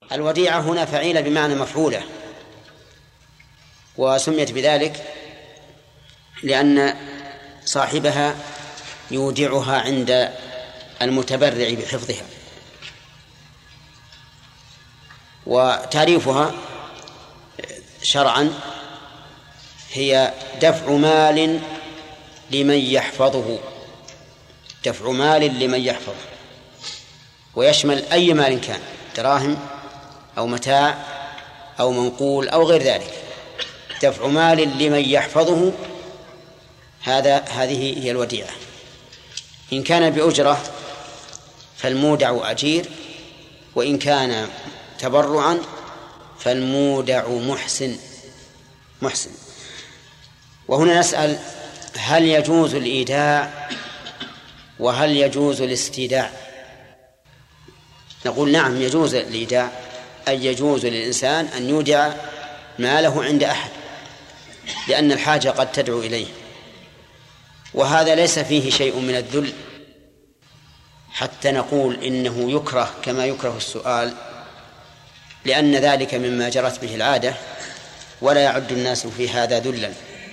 الوديعة هنا فعيلة بمعنى مفعولة، وسميت بذلك لأن صاحبها يودعها عند المتبرع بحفظها. وتعريفها شرعا هي دفع مال لمن يحفظه، دفع مال لمن يحفظه، ويشمل أي مال كان، دراهم أو متاع أو منقول أو غير ذلك. دفع مال لمن يحفظه هذه هي الوديعة. إن كان بأجرة فالمودع أجير، وإن كان تبرعا فالمودع محسن. وهنا نسأل: هل يجوز الإيداع وهل يجوز الاستيداع؟ نقول نعم، يجوز الإيداع، أي يجوز للإنسان أن يودع ماله عند أحد لأن الحاجة قد تدعو إليه، وهذا ليس فيه شيء من الذل حتى نقول إنه يكره كما يكره السؤال، لأن ذلك مما جرت به العادة ولا يعد الناس في هذا ذلا.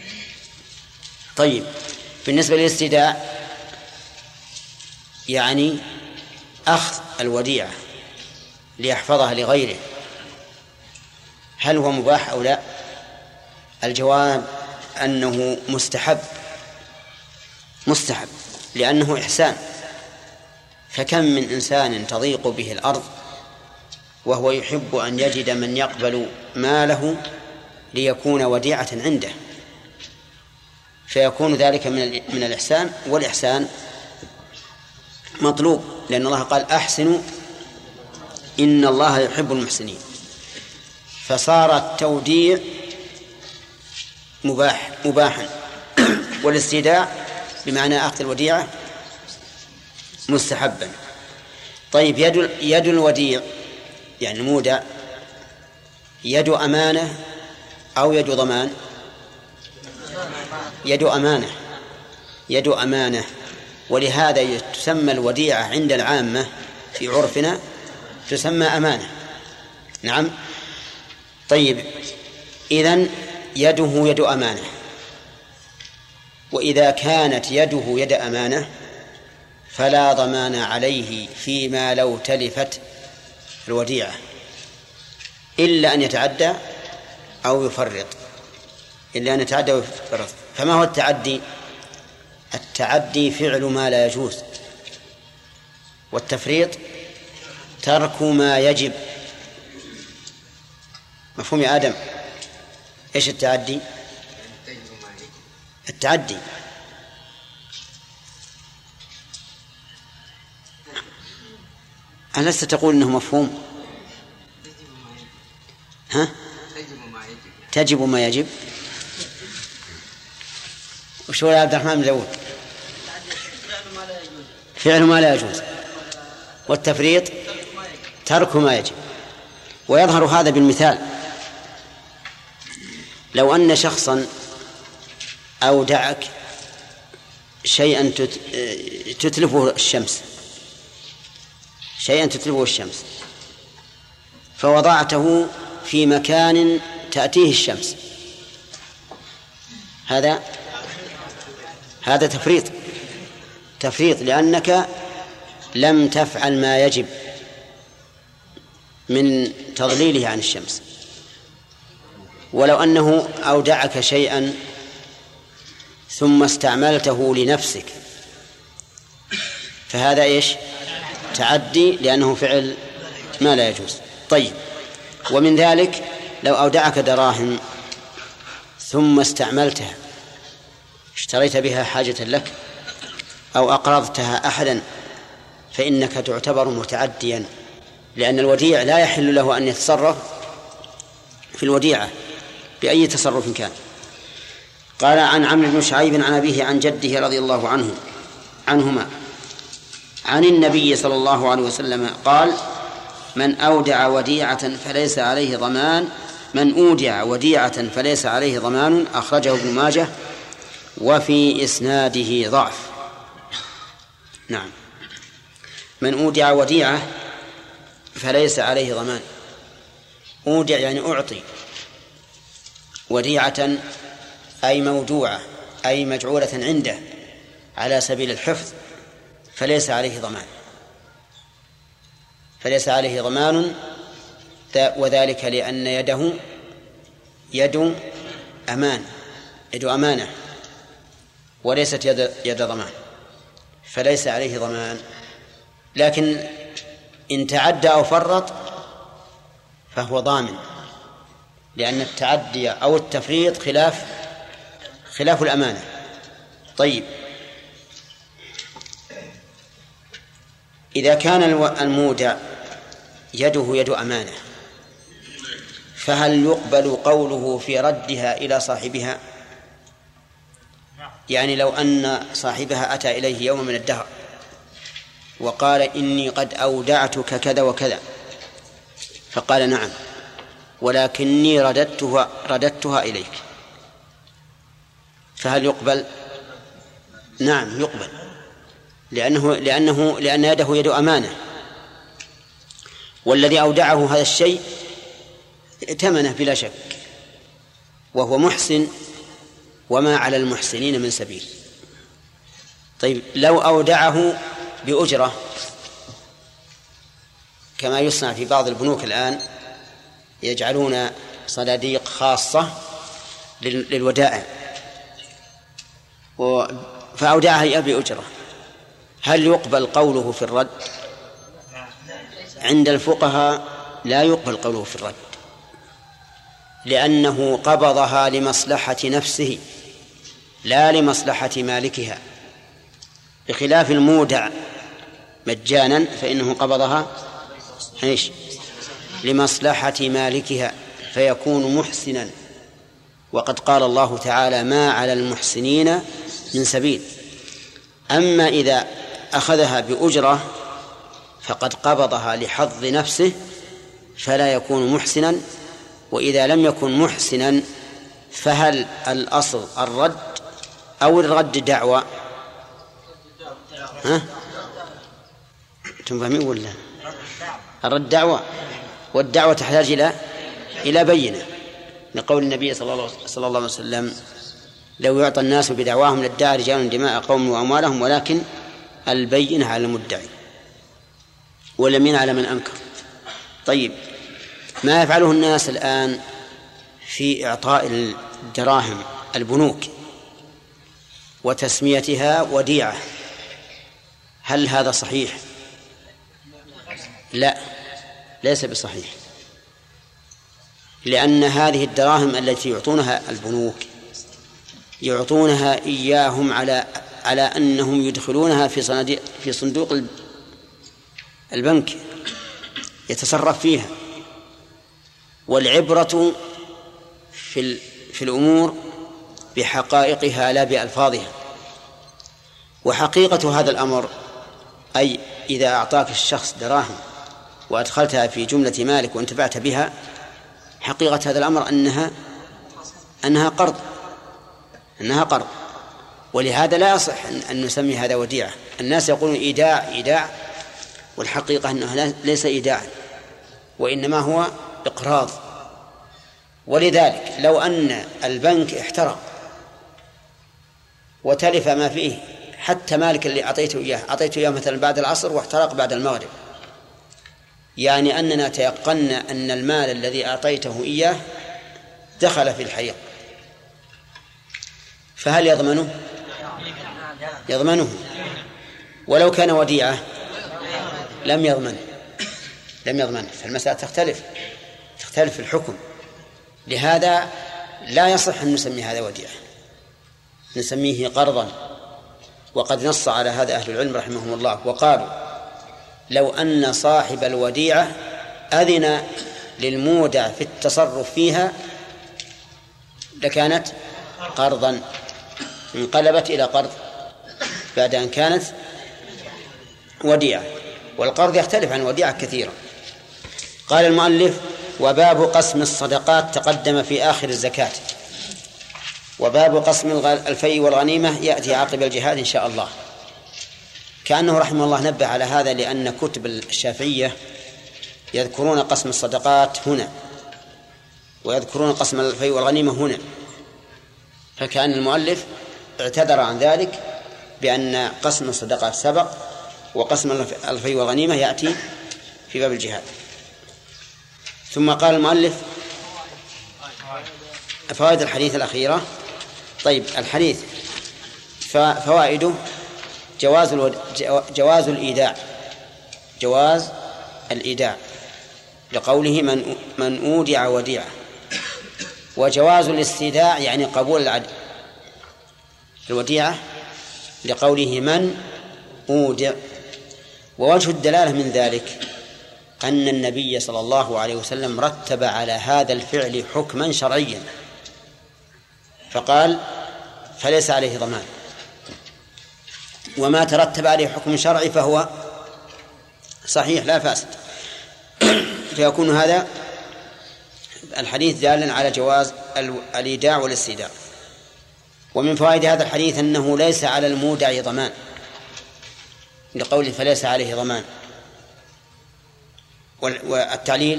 طيب، بالنسبة للاستيداع يعني أخذ الوديعة ليحفظها لغيره، هل هو مباح أو لا؟ الجواب أنه مستحب لأنه إحسان. فكم من إنسان تضيق به الأرض وهو يحب أن يجد من يقبل ماله ليكون وديعة عنده، فيكون ذلك من الإحسان، والإحسان مطلوب، لأن الله قال: أحسنوا إن الله يحب المحسنين. فصار التوديع مباحا والاستيداع بمعنى أخذ الوديعة مستحبا. طيب، يد الوديع يعني المودع يد أمانة أو يد ضمان؟ يد أمانة، ولهذا تسمى الوديعة عند العامة في عرفنا تسمى أمانة. نعم. طيب، إذن يده يد أمانة، وإذا كانت يده يد أمانة فلا ضمان عليه فيما لو تلفت الوديعة إلا أن يتعدى أو يفرط. فما هو التعدي؟ التعدي فعل ما لا يجوز، والتفريط ترك ما يجب. مفهوم يا آدم؟ إيش التعدي؟ ألست تقول إنه مفهوم؟ تجب ما يجب. وشو يا عبد الرحمن بن داود؟ فعل ما لا يجوز، والتفريط ترك ما يجب. ويظهر هذا بالمثال: لو أن شخصا أودعك شيئا تتلفه الشمس، فوضعته في مكان تأتيه الشمس، هذا تفريط لأنك لم تفعل ما يجب من تضليله عن الشمس. ولو أنه أودعك شيئا ثم استعملته لنفسك فهذا إيش؟ تعدي، لأنه فعل ما لا يجوز. طيب، ومن ذلك لو أودعك دراهم ثم استعملتها، اشتريت بها حاجة لك أو أقرضتها أحدا، فإنك تعتبر متعديا، لأن الوديع لا يحل له أن يتصرف في الوديعة بأي تصرف كان. قال: عن عمرو بن شعيب عن أبيه عن جده رضي الله عنهما عن النبي صلى الله عليه وسلم قال: من أودع وديعة فليس عليه ضمان. أخرجه ابن ماجه، وفي إسناده ضعف. نعم، من أودع وديعة فليس عليه ضمان، أودع يعني أعطي، وديعة أي مودوعة أي مجعولة عنده على سبيل الحفظ، فليس عليه ضمان، وذلك لأن يده يد أمانة وليست يد ضمان، فليس عليه ضمان. لكن إن تعدى أو فرط فهو ضامن، لأن التعدي أو التفريط خلاف الأمانة. طيب، إذا كان المودع يده يد أمانة، فهل يقبل قوله في ردها إلى صاحبها؟ يعني لو أن صاحبها أتى إليه يوم من الدهر وقال إني قد أودعتك كذا وكذا، فقال نعم ولكني رددتها إليك، فهل يقبل؟ نعم يقبل، لأن يده يد أمانة، والذي أودعه هذا الشيء ائتمنه بلا شك، وهو محسن، وما على المحسنين من سبيل. طيب، لو أودعه بأجرة كما يصنع في بعض البنوك الآن، يجعلون صناديق خاصة للودائع، فأودعها بأجرة، هل يقبل قوله في الرد؟ عند الفقهاء لا يقبل قوله في الرد، لأنه قبضها لمصلحة نفسه لا لمصلحة مالكها، بخلاف المودع مجانا فإنه قبضها لمصلحة مالكها فيكون محسنا، وقد قال الله تعالى ما على المحسنين من سبيل. أما إذا أخذها بأجرة فقد قبضها لحظ نفسه فلا يكون محسنا، وإذا لم يكن محسنا فهل الأصل الرد أو الرد دعوة؟ أنتم فاهمين ولا؟ الرد دعوة، والدعوة تحتاج إلى بينة، لقول النبي صلى الله عليه وسلم لو يعطى الناس بدعواهم لادعى رجال دماء قوم وأموالهم ولكن البينة على المدعي واليمين على من أنكر. طيب، ما يفعله الناس الآن في إعطاء الدراهم البنوك وتسميتها وديعة، هل هذا صحيح؟ لا، ليس بصحيح، لأن هذه الدراهم التي يعطونها البنوك يعطونها إياهم على أنهم يدخلونها في صندوق البنك يتصرف فيها، والعبرة في الأمور بحقائقها لا بألفاظها. وحقيقة هذا الأمر أي إذا أعطاك الشخص دراهم وأدخلتها في جملة مالك وانتفعت بها، حقيقة هذا الأمر أنها قرض، ولهذا لا يصح أن نسمي هذا وديعة. الناس يقولون إيداع، والحقيقة أنه ليس إيداعا، وإنما هو إقراض. ولذلك لو أن البنك احترق وتلف ما فيه، حتى مالك اللي أعطيته إياه مثلا بعد العصر واحترق بعد المغرب، يعني أننا تيقنا أن المال الذي أعطيته إياه دخل في الحريق، فهل يضمنه؟ ولو كان وديعة لم يضمن. فالمسألة تختلف في الحكم. لهذا لا يصح أن نسمي هذا وديعة، نسميه قرضا. وقد نص على هذا أهل العلم رحمهم الله، وقالوا لو أن صاحب الوديعة أذن للمودع في التصرف فيها لكانت قرضا، انقلبت إلى قرض بعد أن كانت وديعة، والقرض يختلف عن وديعة كثيرا. قال المؤلف: وباب قسم الصدقات تقدم في آخر الزكاة، وباب قسم الفيء والغنيمة يأتي عقب الجهاد إن شاء الله. كأنه رحمه الله نبه على هذا، لأن كتب الشافعية يذكرون قسم الصدقات هنا ويذكرون قسم الفيء والغنيمة هنا، فكأن المؤلف اعتذر عن ذلك بأن قسم الصدقة سبق وقسم الفيء والغنيمة يأتي في باب الجهاد. ثم قال المؤلف فوائد الحديث الأخيرة. طيب، الحديث فوائده جواز الإيداع لقوله من أودع وديعة، وجواز الاستيداع يعني قبول العدل الوديعة لقوله من أودع. ووجه الدلالة من ذلك أن النبي صلى الله عليه وسلم رتب على هذا الفعل حكما شرعيا، فقال فليس عليه ضمان، وما ترتب عليه حكم شرعي فهو صحيح لا فاسد. فيكون هذا الحديث دالا على جواز الإيداع والاستيداع. ومن فوائد هذا الحديث أنه ليس على المودع ضمان لقوله فليس عليه ضمان. والتعليل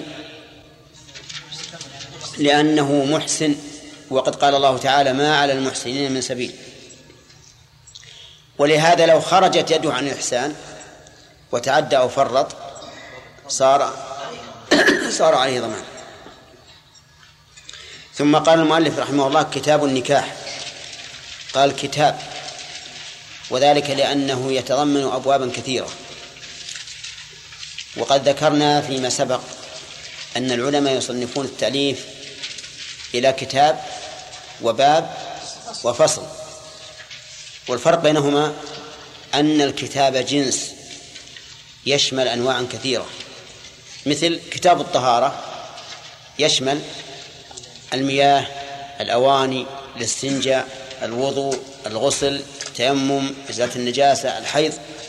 لأنه محسن، وقد قال الله تعالى ما على المحسنين من سبيل، ولهذا لو خرجت يده عن الإحسان وتعدى أو فرط صار عليه ضمان. ثم قال المؤلف رحمه الله كتاب النكاح، قال كتاب، وذلك لأنه يتضمن أبوابا كثيرة. وقد ذكرنا فيما سبق أن العلماء يصنفون التأليف إلى كتاب وباب وفصل، والفرق بينهما أن الكتاب جنس يشمل أنواعا كثيرة، مثل كتاب الطهارة يشمل المياه، الأواني، الاستنجاء، الوضوء، الغسل، التيمم، إزالة النجاسة، الحيض.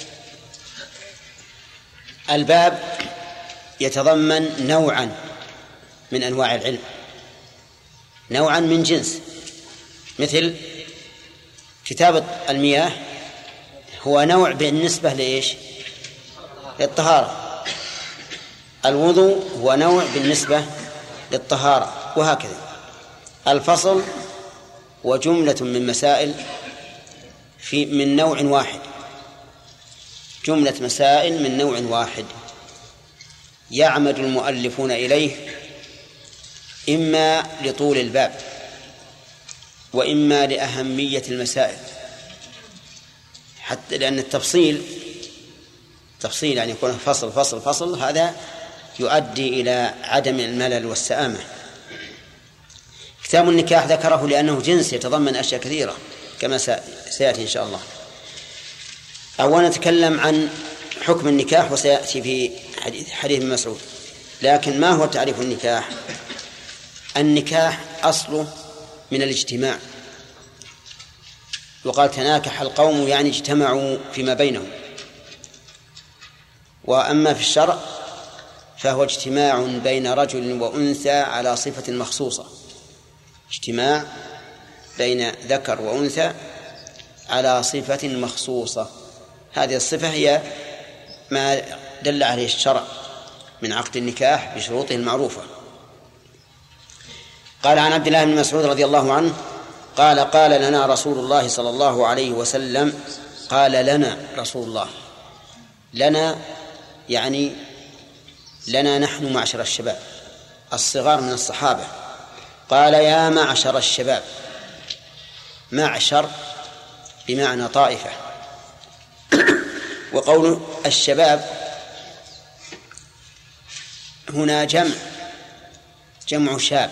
الباب يتضمن نوعا من أنواع العلم، نوعا من جنس، مثل كتاب المياه هو نوع بالنسبة لإيش؟ للطهارة. الوضوء هو نوع بالنسبة للطهارة، وهكذا. الفصل وجملة من مسائل من نوع واحد، جملة مسائل من نوع واحد يعمد المؤلفون إليه إما لطول الباب وإما لأهمية المسائل، حتى لأن التفصيل يعني يكون فصل هذا يؤدي إلى عدم الملل والسآمة. كتاب النكاح ذكره لأنه جنس يتضمن أشياء كثيرة كما سيأتي إن شاء الله. أولا نتكلم عن حكم النكاح وسيأتي في حديث ابن مسعود. لكن ما هو تعريف النكاح؟ النكاح أصله من الاجتماع، وقال تناكح القوم يعني اجتمعوا فيما بينهم. وأما في الشرع فهو اجتماع بين رجل وأنثى على صفة مخصوصة، اجتماع بين ذكر وأنثى على صفة مخصوصة. هذه الصفة هي ما دل عليه الشرع من عقد النكاح بشروطه المعروفة. قال عن عبد الله بن مسعود رضي الله عنه قال لنا رسول الله صلى الله عليه وسلم، قال لنا رسول الله، لنا يعني لنا نحن معشر الشباب الصغار من الصحابة. قال يا معشر الشباب، معشر بمعنى طائفة، وقول الشباب هنا جمع شاب،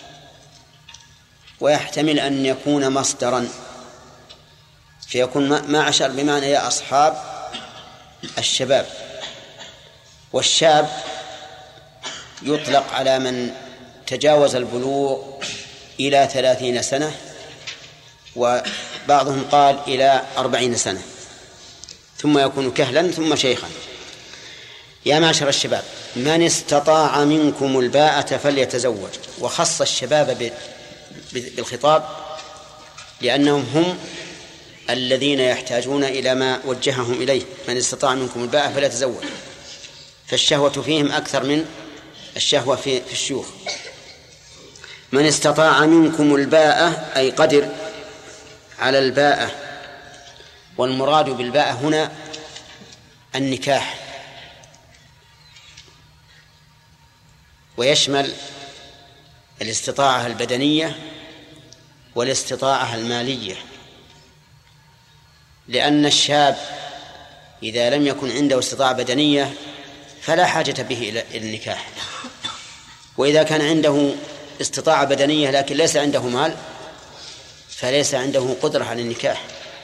ويحتمل أن يكون مصدرا فيكون معشر بمعنى يا أصحاب الشباب. والشاب يطلق على من تجاوز البلوغ إلى 30 سنة، وبعضهم قال إلى 40 سنة، ثم يكون كهلا ثم شيخا. يا معشر الشباب من استطاع منكم الباءة فليتزوج. وخص الشباب بالخطاب لأنهم هم الذين يحتاجون إلى ما وجههم إليه. من استطاع منكم الباءة فليتزوج، فالشهوة فيهم أكثر من الشهوة في الشيوخ. من استطاع منكم الباءة أي قدر على الباءة، والمراد بالباءة هنا النكاح، ويشمل الاستطاعة البدنية والاستطاعة المالية، لأن الشاب إذا لم يكن عنده استطاعة بدنية فلا حاجة به إلى النكاح، وإذا كان عنده استطاعة بدنية لكن ليس عنده مال فليس عنده قدرة على النكاح.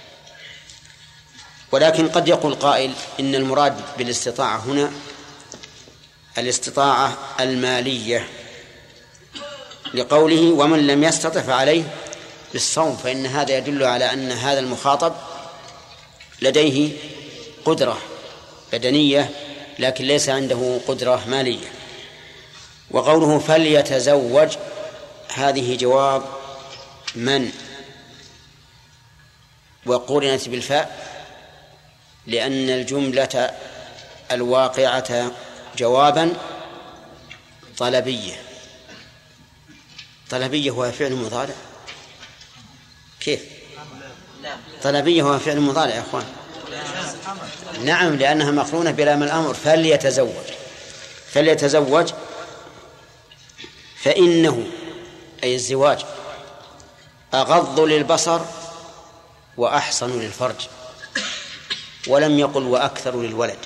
ولكن قد يقول قائل إن المراد بالاستطاعة هنا الاستطاعة المالية، لقوله ومن لم يستطع فعليه بالصوم، فإن هذا يدل على أن هذا المخاطب لديه قدرة بدنية لكن ليس عنده قدرة مالية. وقوله فليتزوج هذه جواب من، وقرنت بالفاء لأن الجملة الواقعة جوابا طلبية. طلبية هو فعل مضارع؟ كيف طلبية هو فعل مضارع يا أخوان؟ نعم، لأنها مقرونة بلام الأمر. فليتزوج فإنه أي الزواج أغض للبصر وأحصن للفرج، ولم يقل وأكثر للولد،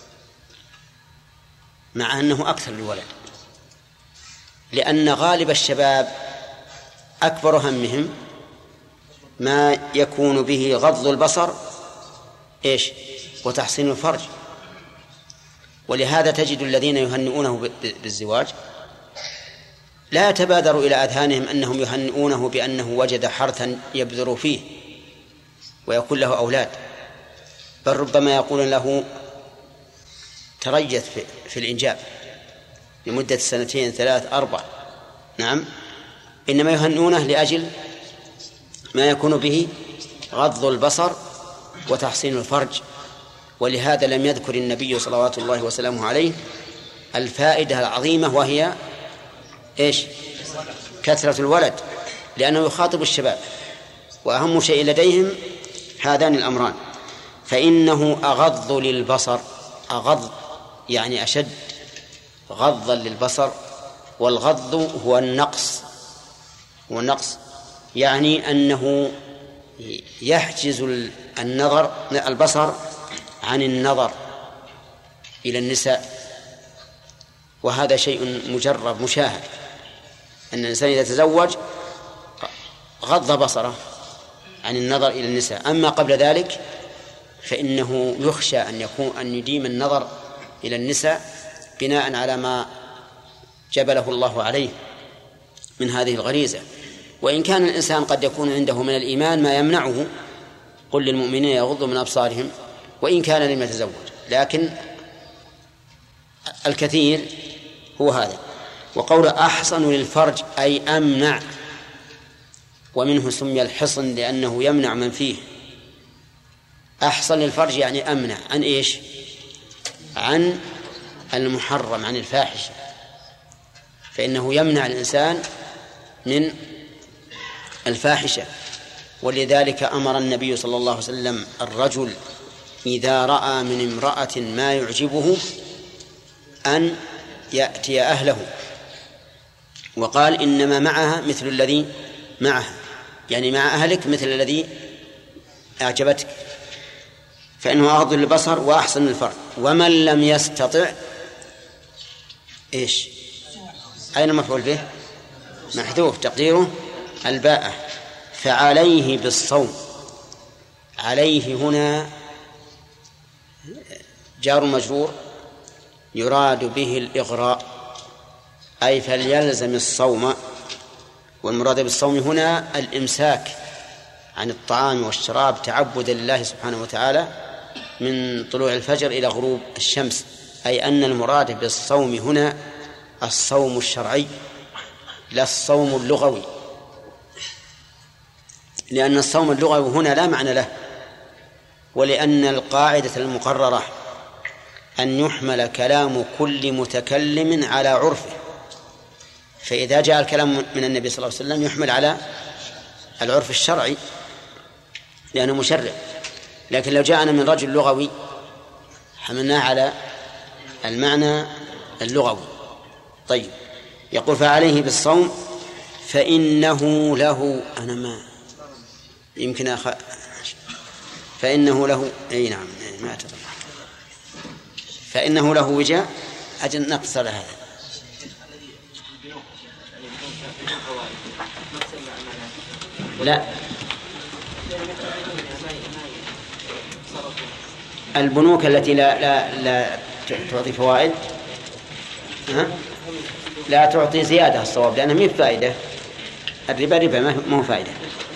مع أنه أكثر للولد، لأن غالب الشباب أكبر همهم ما يكون به غض البصر وتحصين الفرج. ولهذا تجد الذين يهنئونه بالزواج لا يتبادر إلى أذهانهم أنهم يهنئونه بأنه وجد حرثا يبذر فيه ويكون له أولاد، بل ربما يقول له تريث في الإنجاب لمدة 2 3 4. نعم، إنما يهنئونه لأجل ما يكون به غض البصر وتحصين الفرج. ولهذا لم يذكر النبي صلوات الله وسلامه عليه الفائدة العظيمة وهي كثرة الولد، لأنه يخاطب الشباب وأهم شيء لديهم هذان الأمران. فإنه أغض للبصر، أغض يعني أشد غضا للبصر، والغض هو النقص، يعني أنه يحجز البصر عن النظر إلى النساء، وهذا شيء مجرب مشاهد، أن الإنسان إذا تزوج غض بصره عن النظر إلى النساء. أما قبل ذلك فإنه يخشى أن يديم النظر إلى النساء بناء على ما جبله الله عليه من هذه الغريزة. وإن كان الإنسان قد يكون عنده من الإيمان ما يمنعه، قل للمؤمنين يغضوا من أبصارهم وإن كان لم يتزوج، لكن الكثير هو هذا. وقول أحصن للفرج أي أمنع، ومنه سمي الحصن لأنه يمنع من فيه. أحصن للفرج يعني أمنع عن عن المحرم، عن الفاحشة، فإنه يمنع الإنسان من الفاحشة. ولذلك أمر النبي صلى الله عليه وسلم الرجل إذا رأى من امرأة ما يعجبه أن يأتي أهله، وقال إنما معها مثل الذي معها، يعني مع أهلك مثل الذي أعجبتك، فإنه أغض البصر وأحسن الفرج. ومن لم يستطع أين مفعول به؟ محذوف تقديره الباءة، فعليه بالصوم. عليه هنا جار مجرور يراد به الإغراء، أي فليلزم الصوم. والمراد بالصوم هنا الإمساك عن الطعام والشراب تعبدا لله سبحانه وتعالى من طلوع الفجر إلى غروب الشمس، أي أن المراد بالصوم هنا الصوم الشرعي لا الصوم اللغوي، لأن الصوم اللغوي هنا لا معنى له، ولأن القاعدة المقررة أن يحمل كلام كل متكلم على عرفه، فإذا جاء الكلام من النبي صلى الله عليه وسلم يحمل على العرف الشرعي لأنه مشرع، لكن لو جاءنا من رجل لغوي حملناه على المعنى اللغوي. طيب، يقول فعليه بالصوم فإنه له، أنا ما يمكن فإنه له، أي نعم ما أتذكر، فإنه له وجاء، أجل نقصر هذا. لا، البنوك التي لا تعطي فوائد لا تعطي زيادة الصواب، لأنها ما فائدة. الربا ربا ما هو فائدة.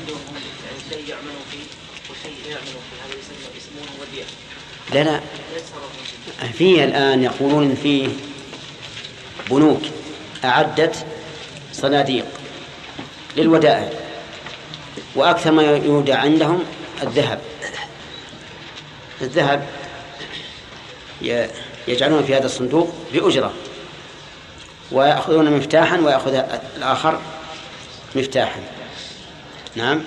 لا فيه الآن يقولون فيه بنوك أعدت صناديق للودائع، وأكثر ما يودع عندهم الذهب يجعلون في هذا الصندوق بأجرة، ويأخذون مفتاحا ويأخذ الآخر مفتاحا. نعم.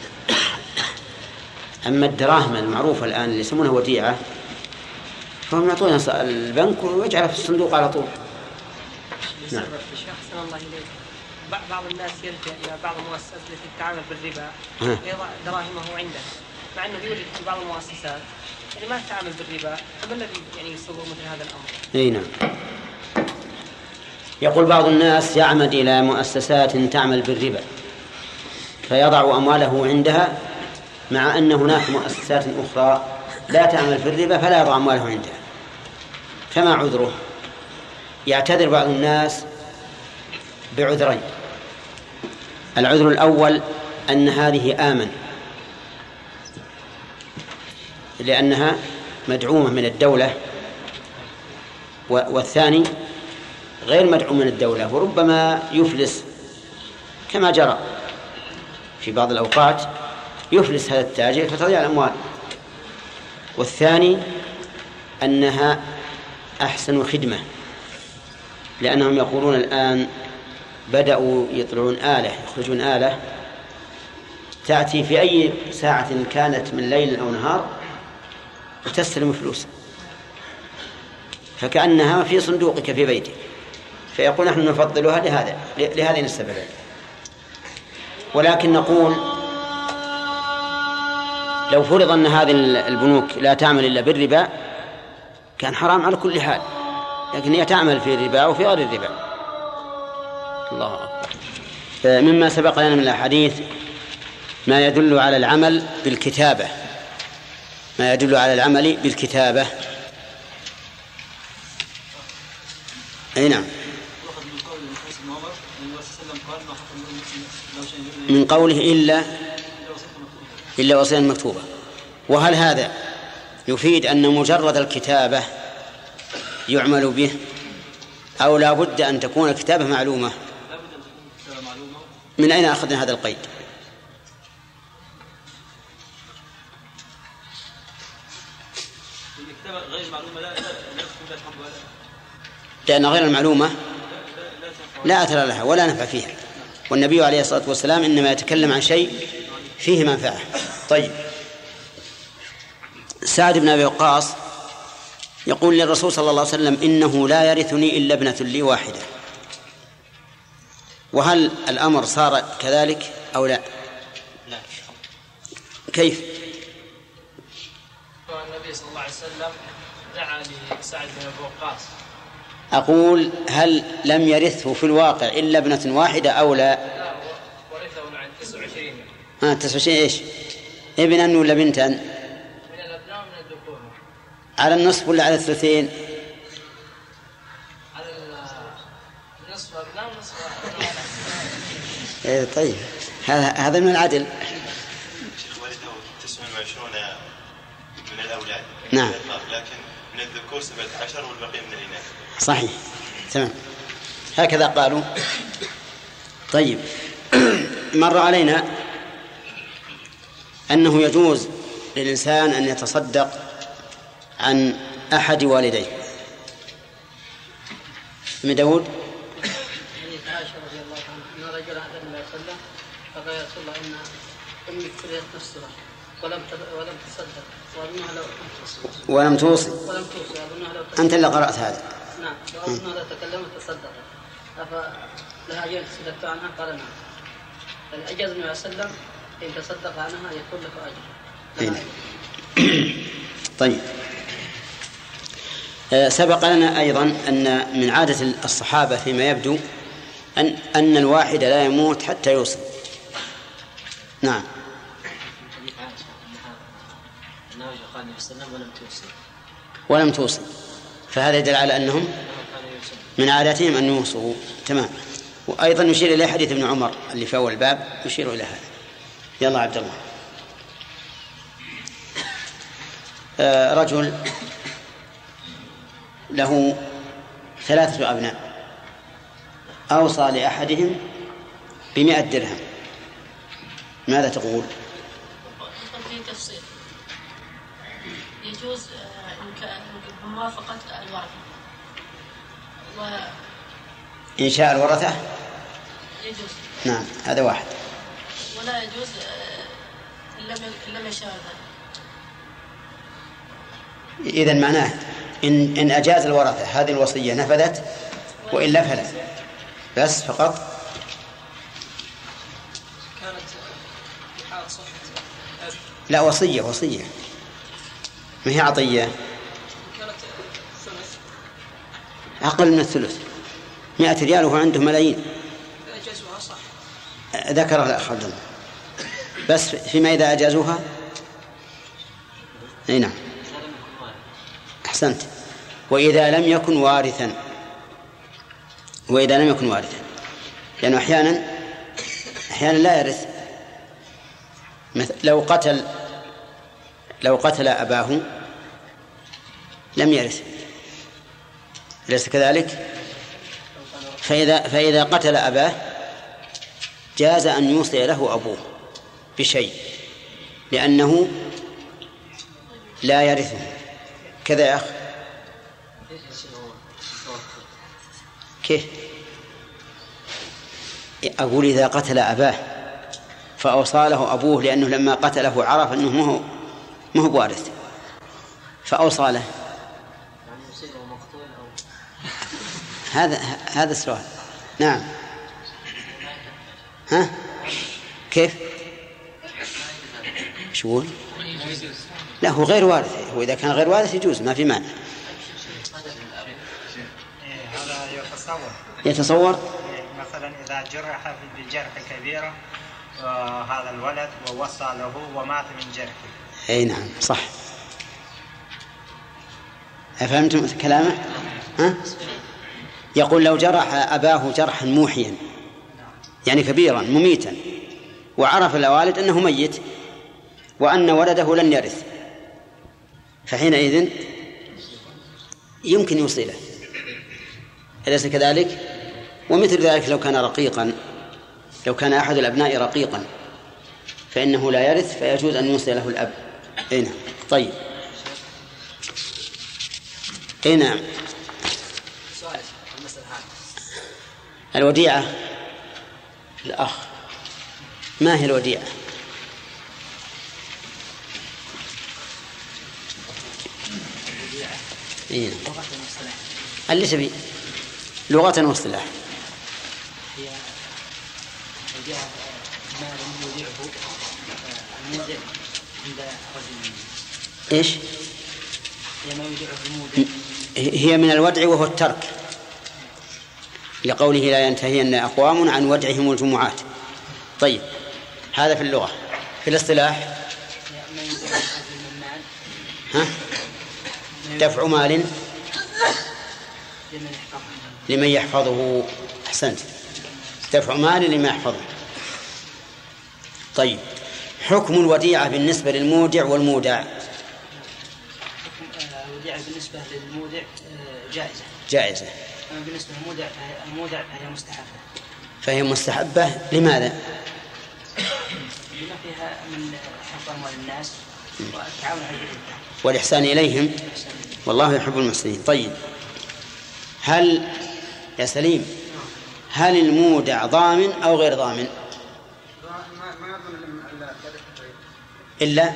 أما الدراهم المعروفة الآن اللي يسمونها وديعة فهم يعطونها البنك ويجعلها في الصندوق على طول. نعم. أحسن الله إليك. بعض الناس يلجأ إلى بعض المؤسسات التي تتعامل بالربا يضع دراهمه عنده، مع أنه يوجد في بعض المؤسسات اللي ما تتعامل بالربا، فما الذي يصور مثل هذا الأمر؟ أي نعم. يقول بعض الناس يعمد إلى مؤسسات تعمل بالربا فيضع أمواله عندها، مع أن هناك مؤسسات أخرى لا تعمل في الربا فلا يضع أمواله عندها، فما عذره؟ يعتذر بعض الناس بعذرين. العذر الأول أن هذه آمن لأنها مدعومة من الدولة، والثاني غير مدعوم من الدولة وربما يفلس كما جرى في بعض الأوقات، يفلس هذا التاجر فتضيع الأموال. والثاني أنها أحسن خدمة، لأنهم يقولون الآن بدأوا يطلعون يخرجون آلة تأتي في أي ساعة كانت من ليل أو نهار وتستلم فلوس، فكأنها في صندوقك في بيتك. فيقول نحن نفضلها لهذين السببين. ولكن نقول لو فرض أن هذه البنوك لا تعمل إلا بالربا كان حرام على كل حال، لكن هي تعمل في الربا وفي غير الربا. الله أكبر. فمما سبق لنا من الأحاديث ما يدل على العمل بالكتابة، ما يدل على العمل بالكتابة. أي نعم. من قوله إلا وصيا مكتوبة. وهل هذا يفيد أن مجرد الكتابة يعمل به، أو لا بد أن تكون الكتابة معلومة؟ من أين أخذنا هذا القيد؟ لأن غير المعلومة لا أثر لها ولا نفع فيها، والنبي عليه الصلاة والسلام إنما يتكلم عن شيء فيه منفعة. طيب، سعد بن أبي وقاص يقول للرسول صلى الله عليه وسلم إنه لا يرثني إلا ابنة لي واحدة، وهل الأمر صار كذلك أو لا؟ لا. كيف؟ النبي صلى الله عليه وسلم دعا لسعد بن أبي وقاص. أقول هل لم يرثه في الواقع إلا ابنة واحدة أو لا؟ لا، ورثه عن 29. 29 إيش؟ ابنا ولا بنتا؟ من الأبناء ومن الذكور. على النصف ولا على الثلثين؟ على النصف أبناء ونصف إيه طيب، هذا من العدل. شيخ ورثه 29 من الأولاد. نعم. لكن من الذكور 17 والبقية من الإناث. صحيح، تمام، هكذا قالوا. طيب، مر علينا أنه يجوز للإنسان أن يتصدق عن أحد والديه. ابن داود. حديث عائشة رضي الله عنه أن رجلا أتى النبي صلى الله عليه وسلم فقال يا رسول الله إن أمي فريت نفسها ولم تصدق وأظنها لو ولم توصي أظنها لو أنت اللي قرأت هذا. نعم وأظنها لو تكلمت تصدقت أفلها أجر تصدقت عنها؟ قال نعم. فالأجاز النبي صلى الله عليه وسلم إن تصدق عنها يكون له أجر. طيب سبق لنا أيضا أن من عادة الصحابة فيما يبدو أن الواحد لا يموت حتى يوصي. نعم. ولم توصي فهذا يدل على أنهم من عاداتهم أن يوصوا. تمام. وأيضا يشير إلى حديث ابن عمر اللي في أول الباب يشير إلى هذا. يلا عبد الله. رجل له 3 أبناء أوصى لأحدهم ب100 درهم، ماذا تقول؟ في تفصيل يجوز بموافقة الورثة إنشاء الورثة يجوز. نعم هذا واحد. ولا يجوز إن لم يشاء ذلك. إذن معناه إن أجاز الورثة هذه الوصية نفذت، وإلا فلا، بس فقط. كانت بحال صحة لا وصية ما هي عطية. كانت ثلث أقل من الثلث، 100 ريال وهو عنده ملايين. أجازوها صح. ذكره الأخ عبد الله، بس فيما إذا أجازوها. أي نعم أحسنت. وإذا لم يكن وارثا، لأنه أحيانا لا يرث. لو قتل أباه لم يرث، أليس كذلك؟ فإذا قتل أباه جاز أن يوصي له أبوه بشيء لأنه لا يرثه. كذا يا أخ. كيف؟ أقول إذا قتل أباه فأوصى له أبوه لأنه لما قتله عرف أنه ما هو وارث فأوصى له. هذا السؤال. نعم. ها كيف؟ شو؟ لا هو غير وارث، هو إذا كان غير وارث يجوز ما في مانع. هذا يتصور مثلا إذا جرح بجرح كبيرة هذا الولد ووصى له ومات من جرحه. أي نعم صح. أفهمتم كلامه؟ ها؟ يقول لو جرح أباه جرحا موحيا يعني كبيرا مميتا وعرف الوالد أنه ميت وأن ولده لن يرث، فحينئذ يمكن يوصي له، أليس كذلك؟ ومثل ذلك لو كان رقيقا، لو كان أحد الأبناء رقيقا فإنه لا يرث فيجوز أن يوصي له الأب. أي نعم. طيب. أي نعم. الوديعة الأخ، ما هي الوديعة؟ إيه؟ اللي تبي لغة واصطلاح. هي وديعة ما لم يودعه المودع عند رجل. إيش؟ هي ما يودعه المودع. هي من الودع وهو الترك، لقوله لا ينتهين أقوام عن ودعهم الجمعات. طيب هذا في اللغة. في الاصطلاح ها؟ دفع مال لمن يحفظه. أحسنت، دفع مال لمن يحفظه. طيب حكم الوديعة بالنسبة للمودع والمودع؟ الوديعة بالنسبة للمودع جائزة. أما بالنسبة للمودع فهي مستحبة. فهي مستحبة لماذا؟ لما فيها من حفظ أموال الناس والتعاون على البر والإحسان إليهم، والله يحب المحسنين. طيب هل يا سليم هل المودع ضامن أو غير ضامن؟ ما يضمن إلا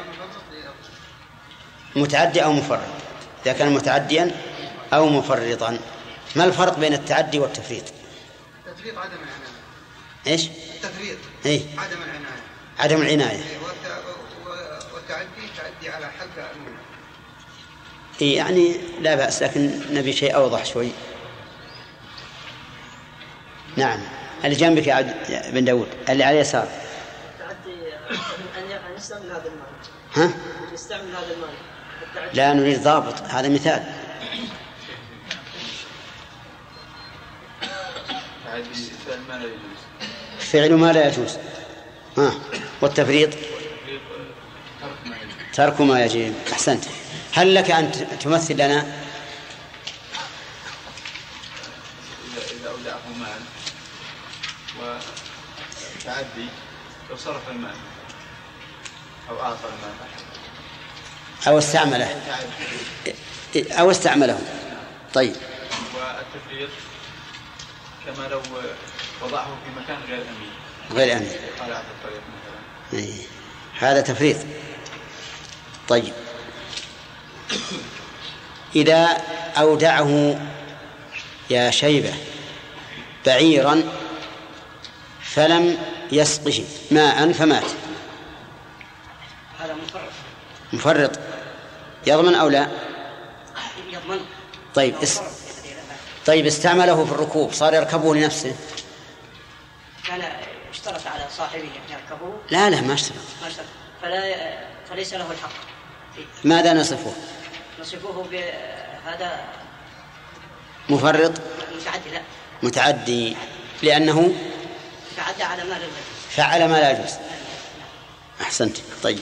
متعدي أو مفرط. إذا كان متعديا أو مفرطا. ما الفرق بين التعدي والتفريط؟ التفريط عدم العناية. إيش؟ التفريط عدم العناية. عدم العناية. والتعدي تعدي على حق المولى. يعني لا بأس، لكن نبي شيء أوضح شوي. نعم، اللي جنبك يا بن داود، اللي على اليسار. تعدي أن يستعمل هذا المال. ها؟ يستعمل هذا المال. لا نريد ضابط، هذا مثال. فعل ما لا يجوز. والتفريط ترك ما يجب. أحسنت. هل لك أن تمثل لنا؟ إذا أودعه مال وتعدي لو صرف المال أو أعطى المال أو استعمله. طيب. والتفريط كما لو وضعه في مكان غير أمين. قال الطريق مثلا. هذا تفريط. طيب، إذا أودعه يا شيبة بعيرا فلم يسقه ماء فمات، هذا مفرط، يضمن أو لا؟ يضمن. طيب استعمله في الركوب، صار يركبه لنفسه. لا اشترط على صاحبه أن يركبه. لا ما اشترط. فليس له الحق فيه. ماذا نصفه بهذا مفرط متعدي. لا متعدي، لأنه تعدى على مال الغير، فعل ما لا يجوز. أحسنت. طيب،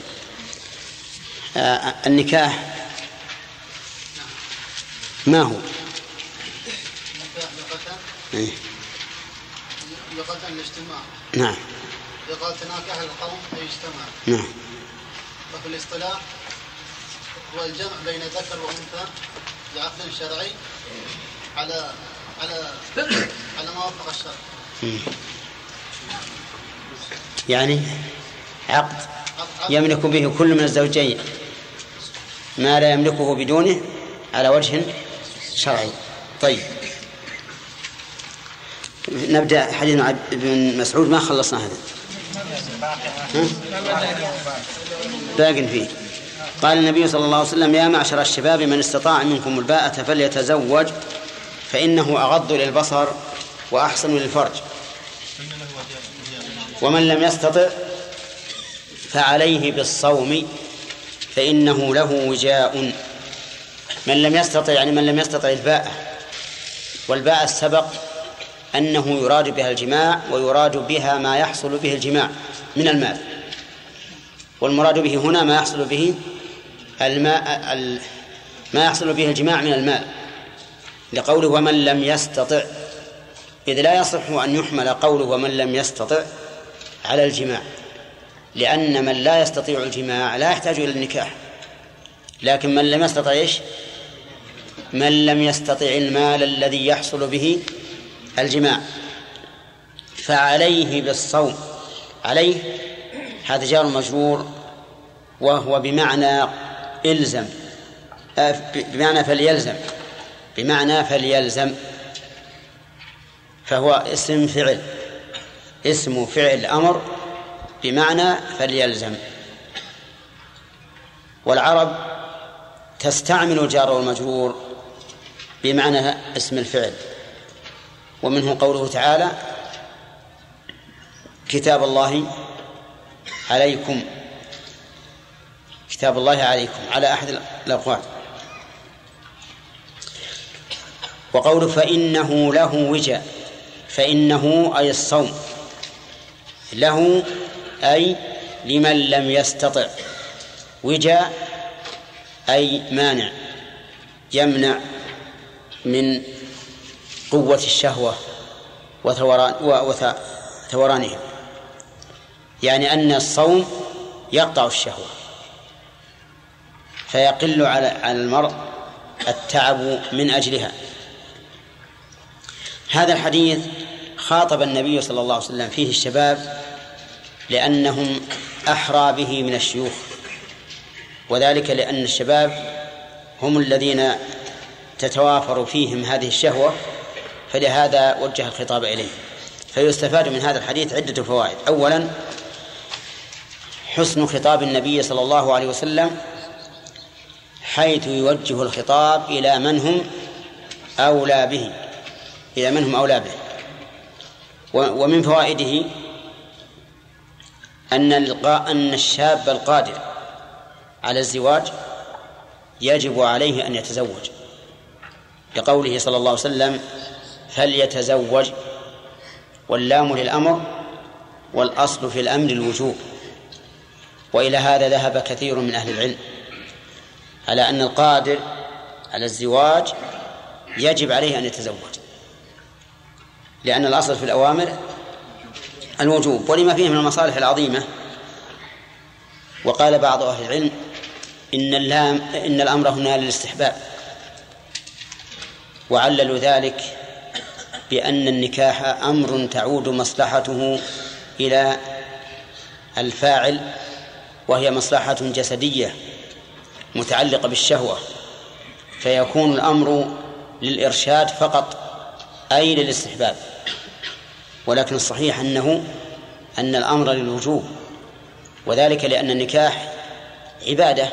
النكاح ما هو؟ لغة الاجتماع. نعم. لغة تناكح القوم أي اجتماع. نعم. وفي الاصطلاح هو الجمع بين ذكر وأنثى بعقد شرعي على ما وفق الشرع. يعني عقد يملك به كل من الزوجين ما لا يملكه بدونه على وجه شرعي. طيب، نبدأ حديث مع ابن مسعود. ما خلصنا هذا، باق فيه. قال النبي صلى الله عليه وسلم: يا معشر الشباب من استطاع منكم الباءة فليتزوج فإنه أغض للبصر وأحسن للفرج، ومن لم يستطع فعليه بالصوم فإنه له وجاء. من لم يستطع يعني من لم يستطع الباءة، والباءة السبق أنه يراد بها الجماع، ويراد بها ما يحصل به الجماع من المال، والمراد به هنا ما يحصل به ما يحصل به الجماع من المال، لقوله ومن لم يستطع، إذ لا يصح أن يحمل قوله ومن لم يستطع على الجماع، لأن من لا يستطيع الجماع لا يحتاج إلى النكاح. لكن من لم يستطع إيش؟ من لم يستطع المال الذي يحصل به الجماع فعليه بالصوم. عليه هذا جار مجرور، وهو بمعنى إلزم، بمعنى فليلزم، بمعنى فليلزم، فهو اسم فعل، اسم فعل أمر بمعنى فليلزم. والعرب تستعمل الجار والمجرور بمعنى اسم الفعل، ومنه قوله تعالى: كتاب الله عليكم، كتاب الله عليكم، على أحد الأقوال. وقوله فإنه له وجاء، فإنه أي الصوم، له أي لمن لم يستطع، وجاء أي مانع، يمنع من قوة الشهوة وثورانها، يعني أن الصوم يقطع الشهوة فيقل على المرء التعب من أجلها. هذا الحديث خاطب النبي صلى الله عليه وسلم فيه الشباب لأنهم أحرى به من الشيوخ، وذلك لأن الشباب هم الذين تتوافر فيهم هذه الشهوة، فلهذا وجه الخطاب إليه. فيستفاد من هذا الحديث عدة فوائد. أولا حسن خطاب النبي صلى الله عليه وسلم حيث يوجه الخطاب إلى من هم أولى به، ومن فوائده أن الشاب القادر على الزواج يجب عليه أن يتزوج، لقوله صلى الله عليه وسلم فليتزوج، واللام للأمر والأصل في الأمر الوجوب. وإلى هذا ذهب كثير من أهل العلم على أن القادر على الزواج يجب عليه أن يتزوج، لأن الأصل في الأوامر الوجوب ولما فيه من المصالح العظيمة. وقال بعض أهل العلم إن الأمر هنا للاستحباب، وعللوا ذلك بأن النكاح أمر تعود مصلحته إلى الفاعل، وهي مصلحة جسدية متعلقة بالشهوة، فيكون الأمر للإرشاد فقط أي للاستحباب. ولكن الصحيح أن الأمر للوجوب، وذلك لأن النكاح عبادة،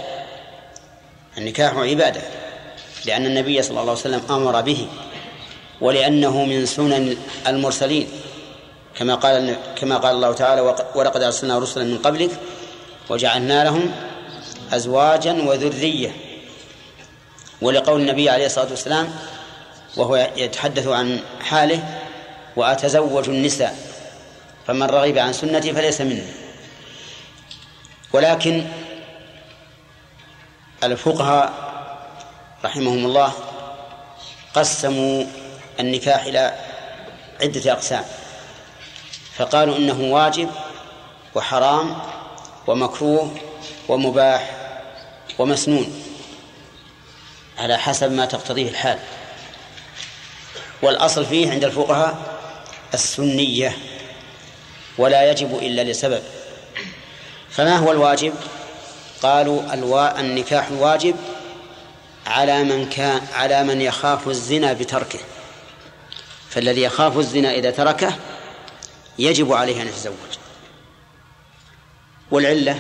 لأن النبي صلى الله عليه وسلم أمر به، ولأنه من سنن المرسلين، كما قال الله تعالى ولقد أرسلنا رسلا من قبلك وجعلنا لهم أزواجا وذرية. ولقول النبي عليه الصلاة والسلام وهو يتحدث عن حاله وأتزوج النساء فمن رغب عن سنتي فليس مني. ولكن الفقهاء رحمهم الله قسموا النكاح إلى عدة أقسام، فقالوا إنه واجب وحرام ومكروه ومباح ومسنون على حسب ما تقتضيه الحال. والأصل فيه عند الفقهاء السنية، ولا يجب إلا لسبب. فما هو الواجب؟ قالوا النكاح الواجب على من يخاف الزنا بتركه، فالذي يخاف الزنا إذا تركه يجب عليه أن يتزوج. والعلة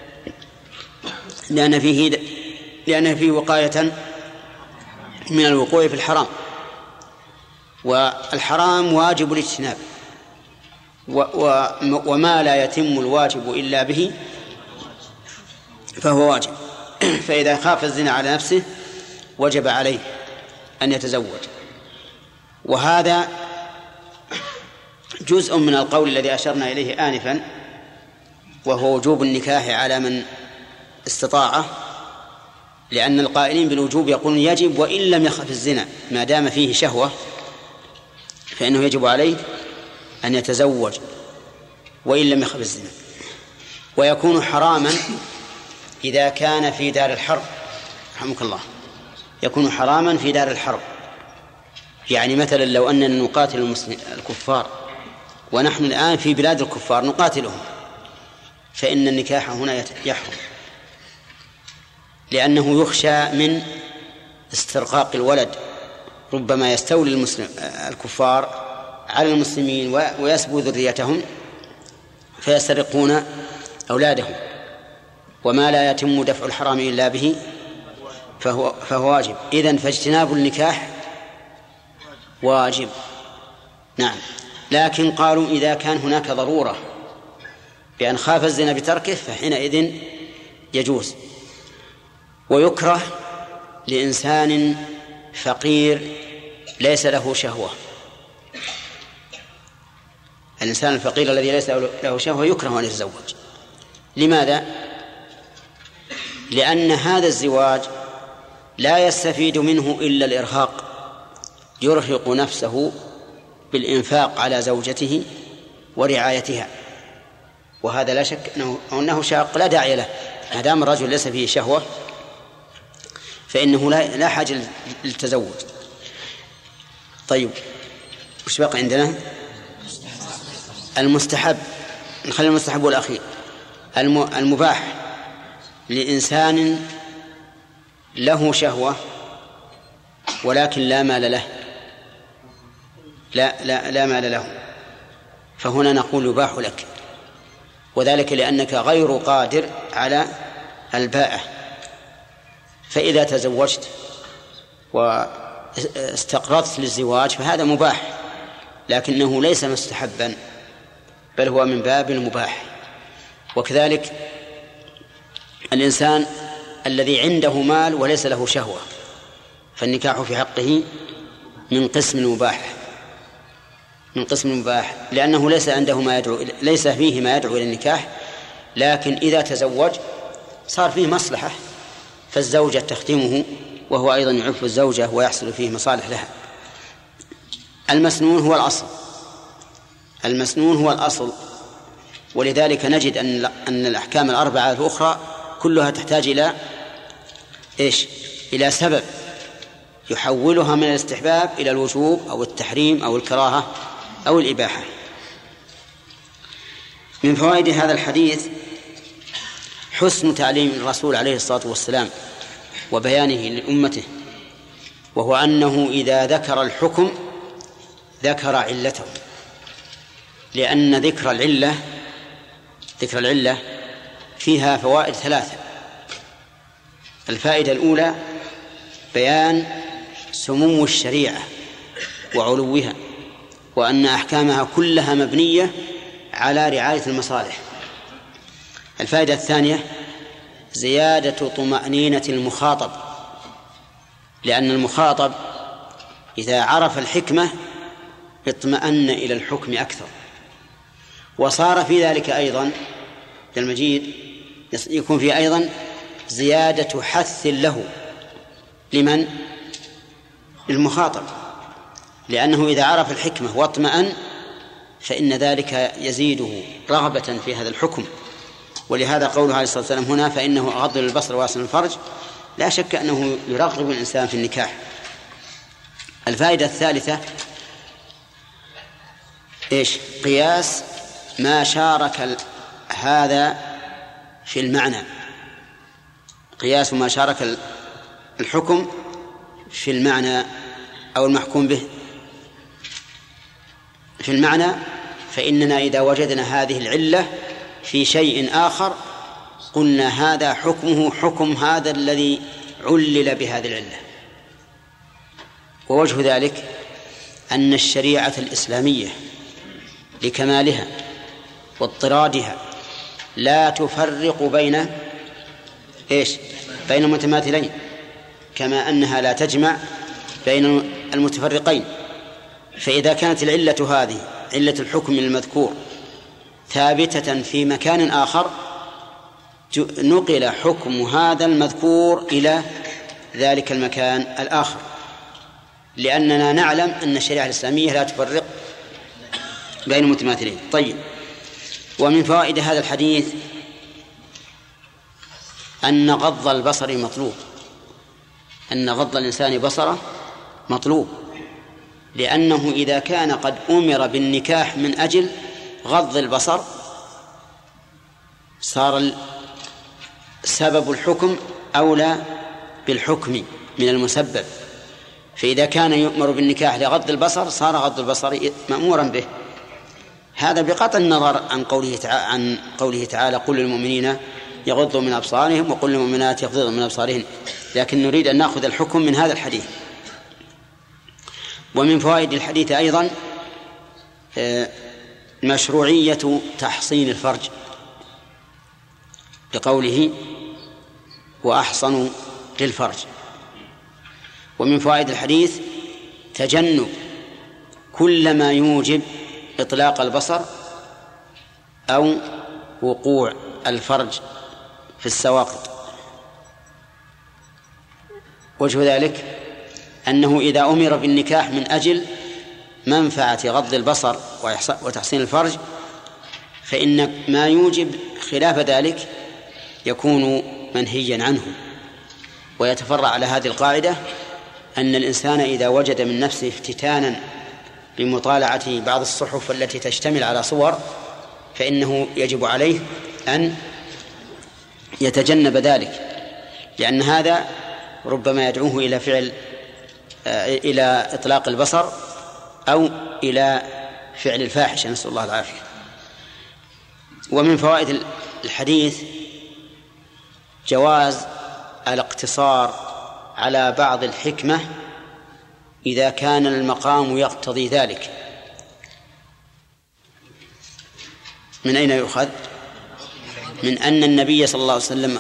لأن فيه وقاية من الوقوع في الحرام، والحرام واجب الاجتناب، وما لا يتم الواجب إلا به فهو واجب. فإذا خاف الزنا على نفسه وجب عليه أن يتزوج. وهذا جزء من القول الذي أشرنا إليه آنفا، وهو وجوب النكاح على من استطاعه، لأن القائلين بالوجوب يقولون يجب وإن لم يخف الزنا، ما دام فيه شهوة فإنه يجب عليه أن يتزوج وإن لم يخف الزنا. ويكون حراما إذا كان في دار الحرب، رحمك الله، يكون حراما في دار الحرب. يعني مثلا لو أننا نقاتل الكفار ونحن الآن في بلاد الكفار نقاتلهم، فإن النكاح هنا يحرم، لأنه يخشى من استرقاق الولد، ربما يستولي الكفار على المسلمين ويسبوا ذريتهم فيسترقون أولادهم، وما لا يتم دفع الحرام إلا به فهو واجب. إذن فاجتناب النكاح واجب. نعم، لكن قالوا إذا كان هناك ضرورة بأن خاف الزنا بتركه فحينئذ يجوز. ويكره لإنسان فقير ليس له شهوة، الإنسان الفقير الذي ليس له شهوة يكره أن يتزوج. لماذا؟ لأن هذا الزواج لا يستفيد منه إلا الإرهاق، يرهق نفسه بالإنفاق على زوجته ورعايتها، وهذا لا شك أنه شاق لا داعي له. ما دام الرجل ليس فيه شهوة فإنه لا حاجة للتزوج. طيب، وش بقى عندنا؟ المستحب، نخلي المستحب والأخير. المباح لإنسان له شهوة ولكن لا مال له، لا مال له، فهنا نقول يباح لك، وذلك لأنك غير قادر على الباءة. فإذا تزوجت واستقرضت للزواج فهذا مباح، لكنه ليس مستحبا بل هو من باب المباح. وكذلك الإنسان الذي عنده مال وليس له شهوة فالنكاح في حقه من قسم المباح، من قسم المباح، لأنه ليس عنده ليس فيه ما يدعو إلى النكاح، لكن إذا تزوج صار فيه مصلحة فالزوجة تخدمه وهو أيضا يعف الزوجة ويحصل فيه مصالح لها. المسنون هو الأصل، المسنون هو الأصل، ولذلك نجد أن الأحكام الأربعة الأخرى كلها تحتاج إلى إيش؟ إلى سبب يحولها من الاستحباب إلى الوجوب أو التحريم أو الكراهة أو الإباحة. من فوائد هذا الحديث حسن تعليم الرسول عليه الصلاة والسلام وبيانه لأمته، وهو أنه إذا ذكر الحكم ذكر علته، لأن ذكر العلة فيها فوائد ثلاثة. الفائدة الأولى بيان سمو الشريعة وعلوها، وأن أحكامها كلها مبنية على رعاية المصالح. الفائدة الثانية زيادة طمأنينة المخاطب، لأن المخاطب إذا عرف الحكمة اطمأن إلى الحكم أكثر. وصار في ذلك أيضا المجيد يكون فيه أيضا زيادة حث له لمن؟ المخاطب، لأنه إذا عرف الحكمة واطمأن فإن ذلك يزيده رغبة في هذا الحكم. ولهذا قوله عليه الصلاة والسلام هنا فإنه أغض للبصر وأحسن الفرج، لا شك أنه يرغب الإنسان في النكاح. الفائدة الثالثة إيش؟ قياس ما شارك هذا في المعنى، قياس ما شارك الحكم في المعنى أو المحكوم به في المعنى. فإننا إذا وجدنا هذه العلة في شيء آخر قلنا هذا حكمه حكم هذا الذي علل بهذه العلة. ووجه ذلك أن الشريعة الإسلامية لكمالها واضطرادها لا تفرق بين المتماثلين، كما أنها لا تجمع بين المتفرقين. فإذا كانت العلة هذه علة الحكم المذكور ثابتة في مكان آخر نقل حكم هذا المذكور إلى ذلك المكان الآخر، لأننا نعلم أن الشريعة الإسلامية لا تفرق بين المتماثلين. طيب، ومن فوائد هذا الحديث أن غض البصر مطلوب، أن غض الإنسان بصره مطلوب، لأنه إذا كان قد أمر بالنكاح من أجل غض البصر صار سبب الحكم أولى بالحكم من المسبب. فإذا كان يؤمر بالنكاح لغض البصر صار غض البصر مأمورا به. هذا بقطع النظر عن قوله تعالى قل للمؤمنين يغضوا من أبصارهم وقل للمؤمنات يغضضن من أبصارهن، لكن نريد أن نأخذ الحكم من هذا الحديث. ومن فوائد الحديث أيضا مشروعية تحصين الفرج بقوله وأحصنوا للفرج. ومن فوائد الحديث تجنب كل ما يوجب إطلاق البصر أو وقوع الفرج في السواقط. وجه ذلك أنه إذا أمر بالنكاح من أجل منفعة غض البصر وتحصين الفرج فإن ما يوجب خلاف ذلك يكون منهيا عنه. ويتفرع على هذه القاعدة أن الإنسان إذا وجد من نفسه افتتانا بمطالعة بعض الصحف التي تشتمل على صور فإنه يجب عليه أن يتجنب ذلك، لأن هذا ربما يدعوه إلى إطلاق البصر أو إلى فعل الفاحشة، نسأل الله العافية. ومن فوائد الحديث جواز الاقتصار على بعض الحكمة إذا كان المقام يقتضي ذلك. من أين يؤخذ؟ من أن النبي صلى الله عليه وسلم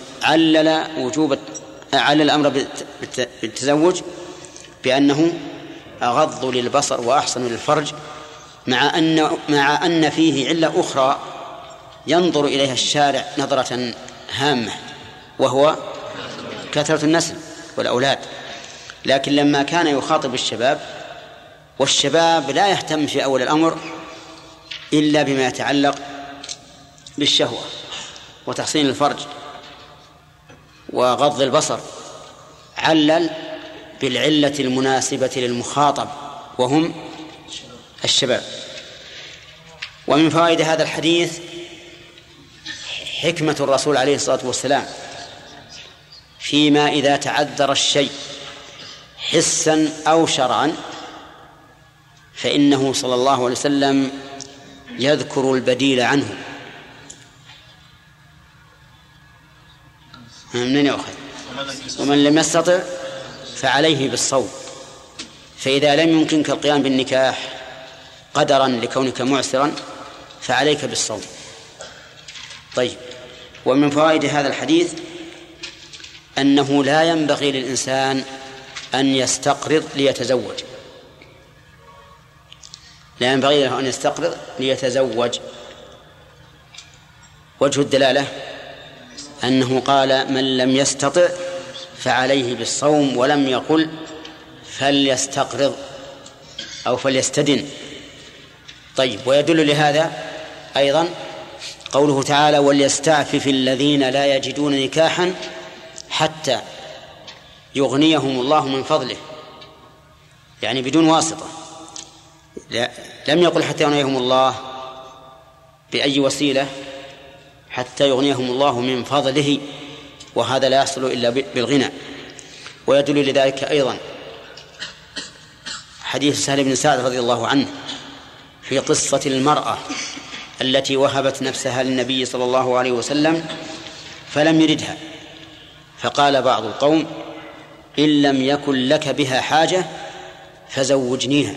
علل الأمر بالتزوج بأنه أغض للبصر وأحسن للفرج، مع أن فيه علة أخرى ينظر إليها الشارع نظرة هامة، وهو كثرة النسل والأولاد. لكن لما كان يخاطب الشباب، والشباب لا يهتم في أول الأمر إلا بما يتعلق بالشهوة وتحصين الفرج وغض البصر، علل بالعلة المناسبة للمخاطب وهم الشباب. ومن فوائد هذا الحديث حكمة الرسول عليه الصلاة والسلام فيما إذا تعذر الشيء حسا أو شرعا، فإنه صلى الله عليه وسلم يذكر البديل عنه. من يأخذ؟ ومن لم يستطع فعليه بالصوم، فإذا لم يمكنك القيام بالنكاح قدرا لكونك معسرا فعليك بالصوم. طيب، ومن فوائد هذا الحديث أنه لا ينبغي للإنسان أن يستقرض ليتزوج، لا ينبغي له أن يستقرض ليتزوج. وجه الدلالة أنه قال من لم يستطع فعليه بالصوم، ولم يقل فليستقرض أو فليستدن. طيب، ويدل لهذا أيضا قوله تعالى وليستعفف الذين لا يجدون نكاحا حتى يغنيهم الله من فضله، يعني بدون واسطة. لم يقل حتى يغنيهم الله بأي وسيلة، حتى يغنيهم الله من فضله، وهذا لا يحصل إلا بالغنى. ويدل لذلك أيضا حديث سهل بن سعد رضي الله عنه في قصة المرأة التي وهبت نفسها للنبي صلى الله عليه وسلم فلم يردها، فقال بعض القوم إن لم يكن لك بها حاجة فزوجنيها.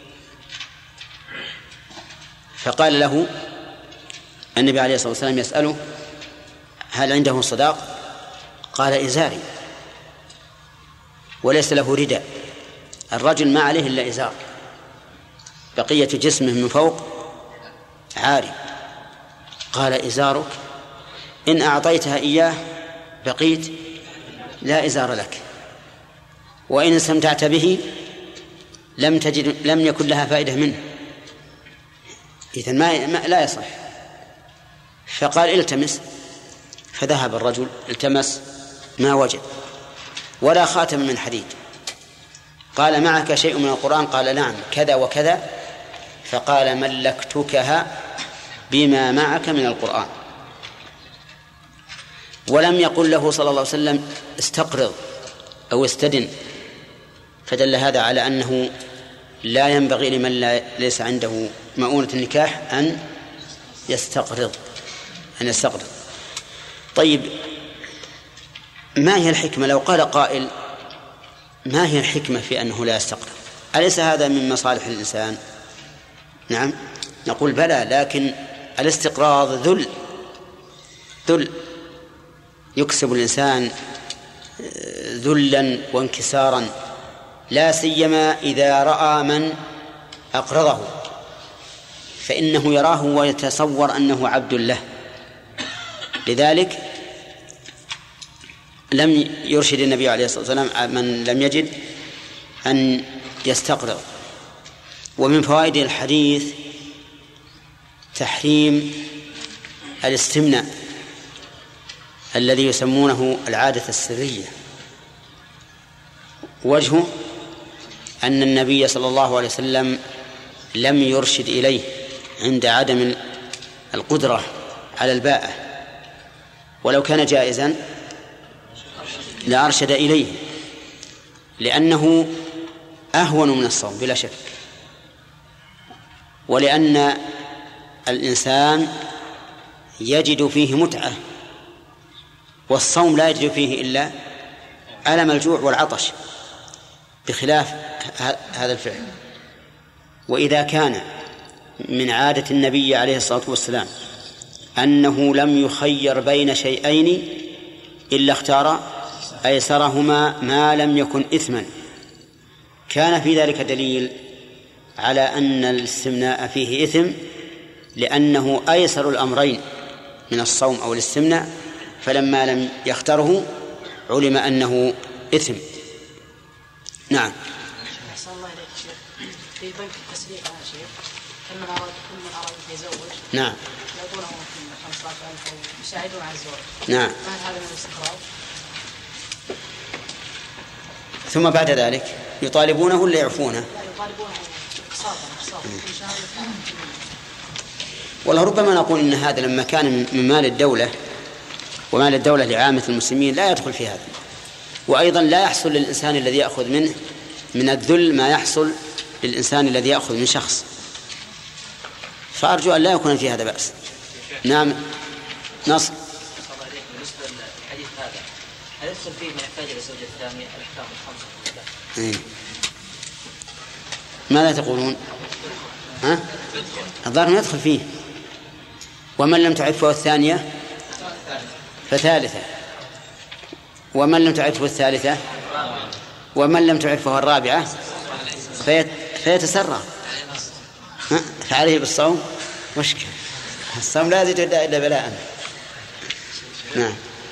فقال له النبي عليه الصلاة والسلام يسأله هل عنده صداق؟ قال إزاري، وليس له رداء. الرجل ما عليه إلا إزار، بقية جسمه من فوق عاري. قال إزارك إن أعطيتها إياه بقيت لا إزار لك، وإن استمتعت به لم يكن لها فائدة منه، إذن لا يصح. فقال التمس، فذهب الرجل التمس ما وجد ولا خاتم من حديد. قال معك شيء من القرآن؟ قال نعم كذا وكذا. فقال ملكتكها بما معك من القرآن. ولم يقل له صلى الله عليه وسلم استقرض أو استدن، فدل هذا على أنه لا ينبغي لمن ليس عنده مؤونة النكاح أن يستقرض. طيب، ما هي الحكمة؟ لو قال قائل ما هي الحكمة في أنه لا يستقرض؟ أليس هذا من مصالح الإنسان؟ نعم، نقول بلى، لكن الاستقراض ذل يكسب الإنسان ذلا وانكسارا، لا سيما إذا رأى من أقرضه، فإنه يراه ويتصور أنه عبد له. لذلك لم يرشد النبي عليه الصلاة والسلام من لم يجد أن يستقرض. ومن فوائد الحديث تحريم الاستمناء الذي يسمونه العادة السرية. وجهه أن النبي صلى الله عليه وسلم لم يرشد إليه عند عدم القدرة على الباءة، ولو كان جائزا لأرشد إليه، لأنه أهون من الصوم بلا شك، ولأن الإنسان يجد فيه متعة، والصوم لا يجد فيه إلا ألم الجوع والعطش بخلاف هذا الفعل. وإذا كان من عادة النبي عليه الصلاة والسلام أنه لم يخير بين شيئين إلا اختار أيسرهما ما لم يكن إثما، كان في ذلك دليل على أن الاستمناء فيه إثم، لأنه أيسر الأمرين من الصوم أو الاستمناء، فلما لم يختاره علم أنه إثم. نعم. أحسن الله إليك شيخ، في بنك التسليق يا شيخ، كل من أراد يتزوج نعم يعطونه 15,000 أو يساعدون على الزواج. نعم. فهل هذا من الاستقرار؟ ثم بعد ذلك يطالبونه ولا يعفونه؟ لا، يطالبونه اقساطا كل شهر. والله ربما نقول إن هذا لما كان من مال الدولة، ومال الدولة لعامة المسلمين لا يدخل في هذا، وأيضا لا يحصل للإنسان الذي يأخذ منه من الذل ما يحصل للإنسان الذي يأخذ من شخص، فأرجو أن لا يكون في هذا بأس. نعم. نصر. بالنسبة للحديث هذا، هل يدخل فيه من يحتاج إلى الزوجة الثانية الأحكام الخمسة؟ ماذا تقولون؟ الظاهر يدخل فيه، ومن لم تعرفه الثانية فثالثة، ومن لم تعرفه الثالثة، ومن لم تعرفه الرابعة فيتسرع، فعليه بالصوم مشكلة، الصوم لا يزيد إلا بلاء. نعم.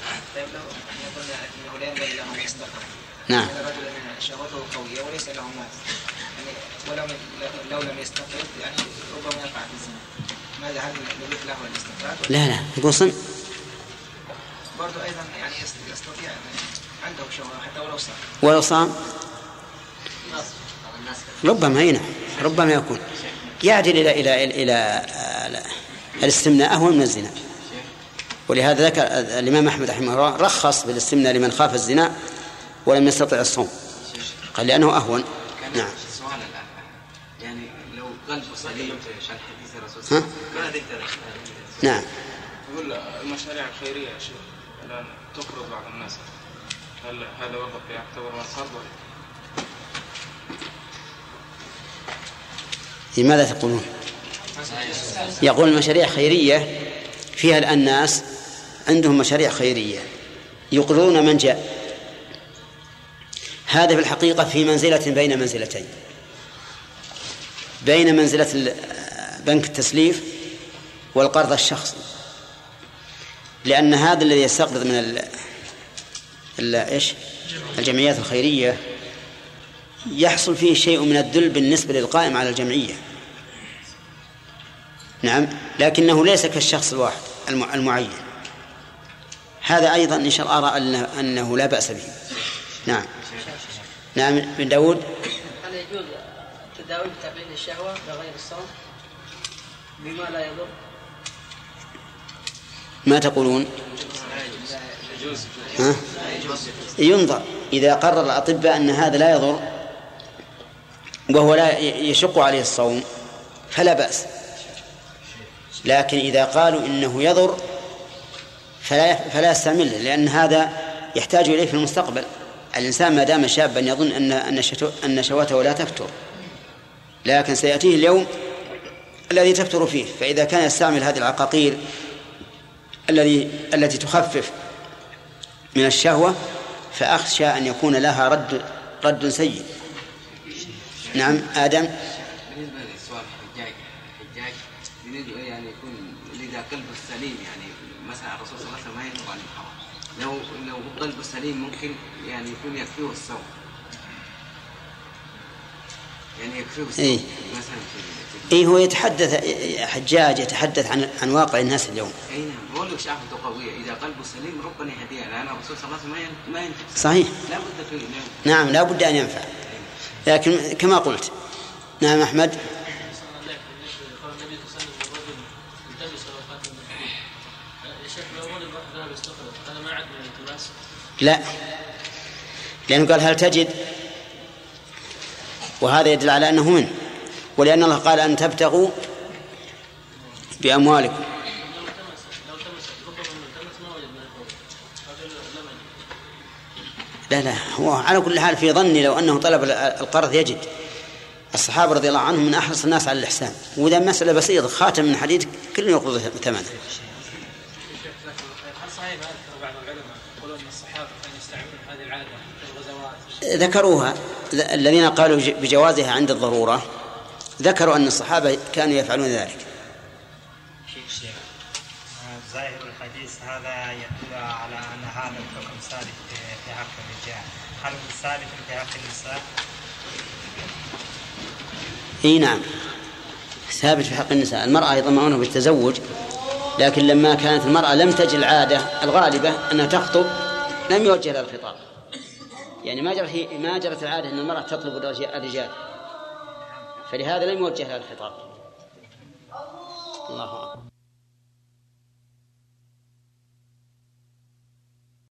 نعم. شهوته قوية وليس له مال، يعني لو لم يستقر يعني ربما يقع في الزنا، ماذا هل يجوز له الاستقرار؟ لا يقول صم برضو أيضا يعني يستطيع عنده شهوة حتى ولو صام ربما هنا ربما يكون يعدل إلى الاستمناء أهون من الزنا، ولهذا ذكر الإمام أحمد رحمه الله رخص بالاستمناء لمن خاف الزنا ولم يستطع الصوم، قال لأنه أهون. نعم. سؤال الآن، يعني لو قلب سليم عشان حديث الرسول صلى الله عليه وسلم. نعم. يقول المشاريع الخيرية يا شيخ الآن تقرض بعض الناس، هل هذا وضع يعتبر من القرض ولا؟ ماذا تقولون؟ يقول المشاريع خيرية فيها الآن ناس عندهم مشاريع خيرية يقرضون من جاء، هذا في الحقيقة في منزلة بين منزلتين، بين منزلة بنك التسليف والقرض الشخصي، لأن هذا الذي يستقرض من الجمعيات الخيرية يحصل فيه شيء من الذل بالنسبة للقائم على الجمعية. نعم، لكنه ليس كالشخص الواحد المعين. هذا أيضا إن شاء الله أرى أنه لا بأس به. نعم. نعم. بن داود. هل يجوز التداوي بتقليل الشهوة بغير الصوم بما لا يضر؟ ما تقولون؟ ينظر إذا قرر الأطباء أن هذا لا يضر وهو لا يشق عليه الصوم فلا بأس، لكن إذا قالوا إنه يضر فلا يستعمله، لأن هذا يحتاج إليه في المستقبل. الإنسان ما دام شابا يظن أن شهوته لا تفتر، لكن سيأتيه اليوم الذي تفتر فيه، فإذا كان يستعمل هذه العقاقير التي تخفف من الشهوة فأخشى أن يكون لها رد سيء. نعم. آدم. بالنسبة للسؤال حجاج بالنسبة يعني يكون إذا قلبه السليم، يعني مثلا الرسول صلى الله عليه وسلم ما ينطق عن الحرام، لو قلبه السليم ممكن يعني يكون يكفيه الصوم، يعني يكفيه الصوم مثلا. هو يتحدث حجاج يتحدث عن واقع الناس اليوم. نعم، بقول لك شهوته قوية، إذا قلبه سليم ربنا يهديه، لأن الرسول صلى الله عليه وسلم ما ينفع. صحيح. لا بد فيه. نعم لا بد أن ينفع، لكن كما قلت. نعم أحمد. ملابس أو خاتم من حديد. يا شيخ لو ولد ملابس تخلط هذا ما يعد من التماس؟ لا، لأنه قال هل تجد، وهذا يدل على أنه منه، ولأن الله قال أن تبتغوا بأموالكم. لا هو على كل حال في ظني لو أنه طلب القرض يجد. الصحابة رضي الله عنهم من أحرص الناس على الإحسان، وإذا مسألة بسيطة خاتم من حديد كل يقبض ثمنه. هل صحيح ما ذكر بعض العلماء يقولون أن الصحابة كانوا يستعملون هذه العادة في الغزوات؟ ذكروها الذين قالوا بجوازها عند الضرورة، ذكروا أن الصحابة كانوا يفعلون ذلك. ظاهر الحديث هذا يدل على أن هذا الحكم ثابت في حق الرجال، هل هو ثابت في حق النساء؟ اي نعم ثابت في حق النساء. المرأة يطمعونه بالتزوج، لكن لما كانت المرأة لم تجد العادة الغالبة أنها تخطب لم يوجه لها الخطاب، يعني ما جرت العادة أن المرأة تطلب الرجال، فلهذا لم يوجه لها الخطاب. الله أكبر.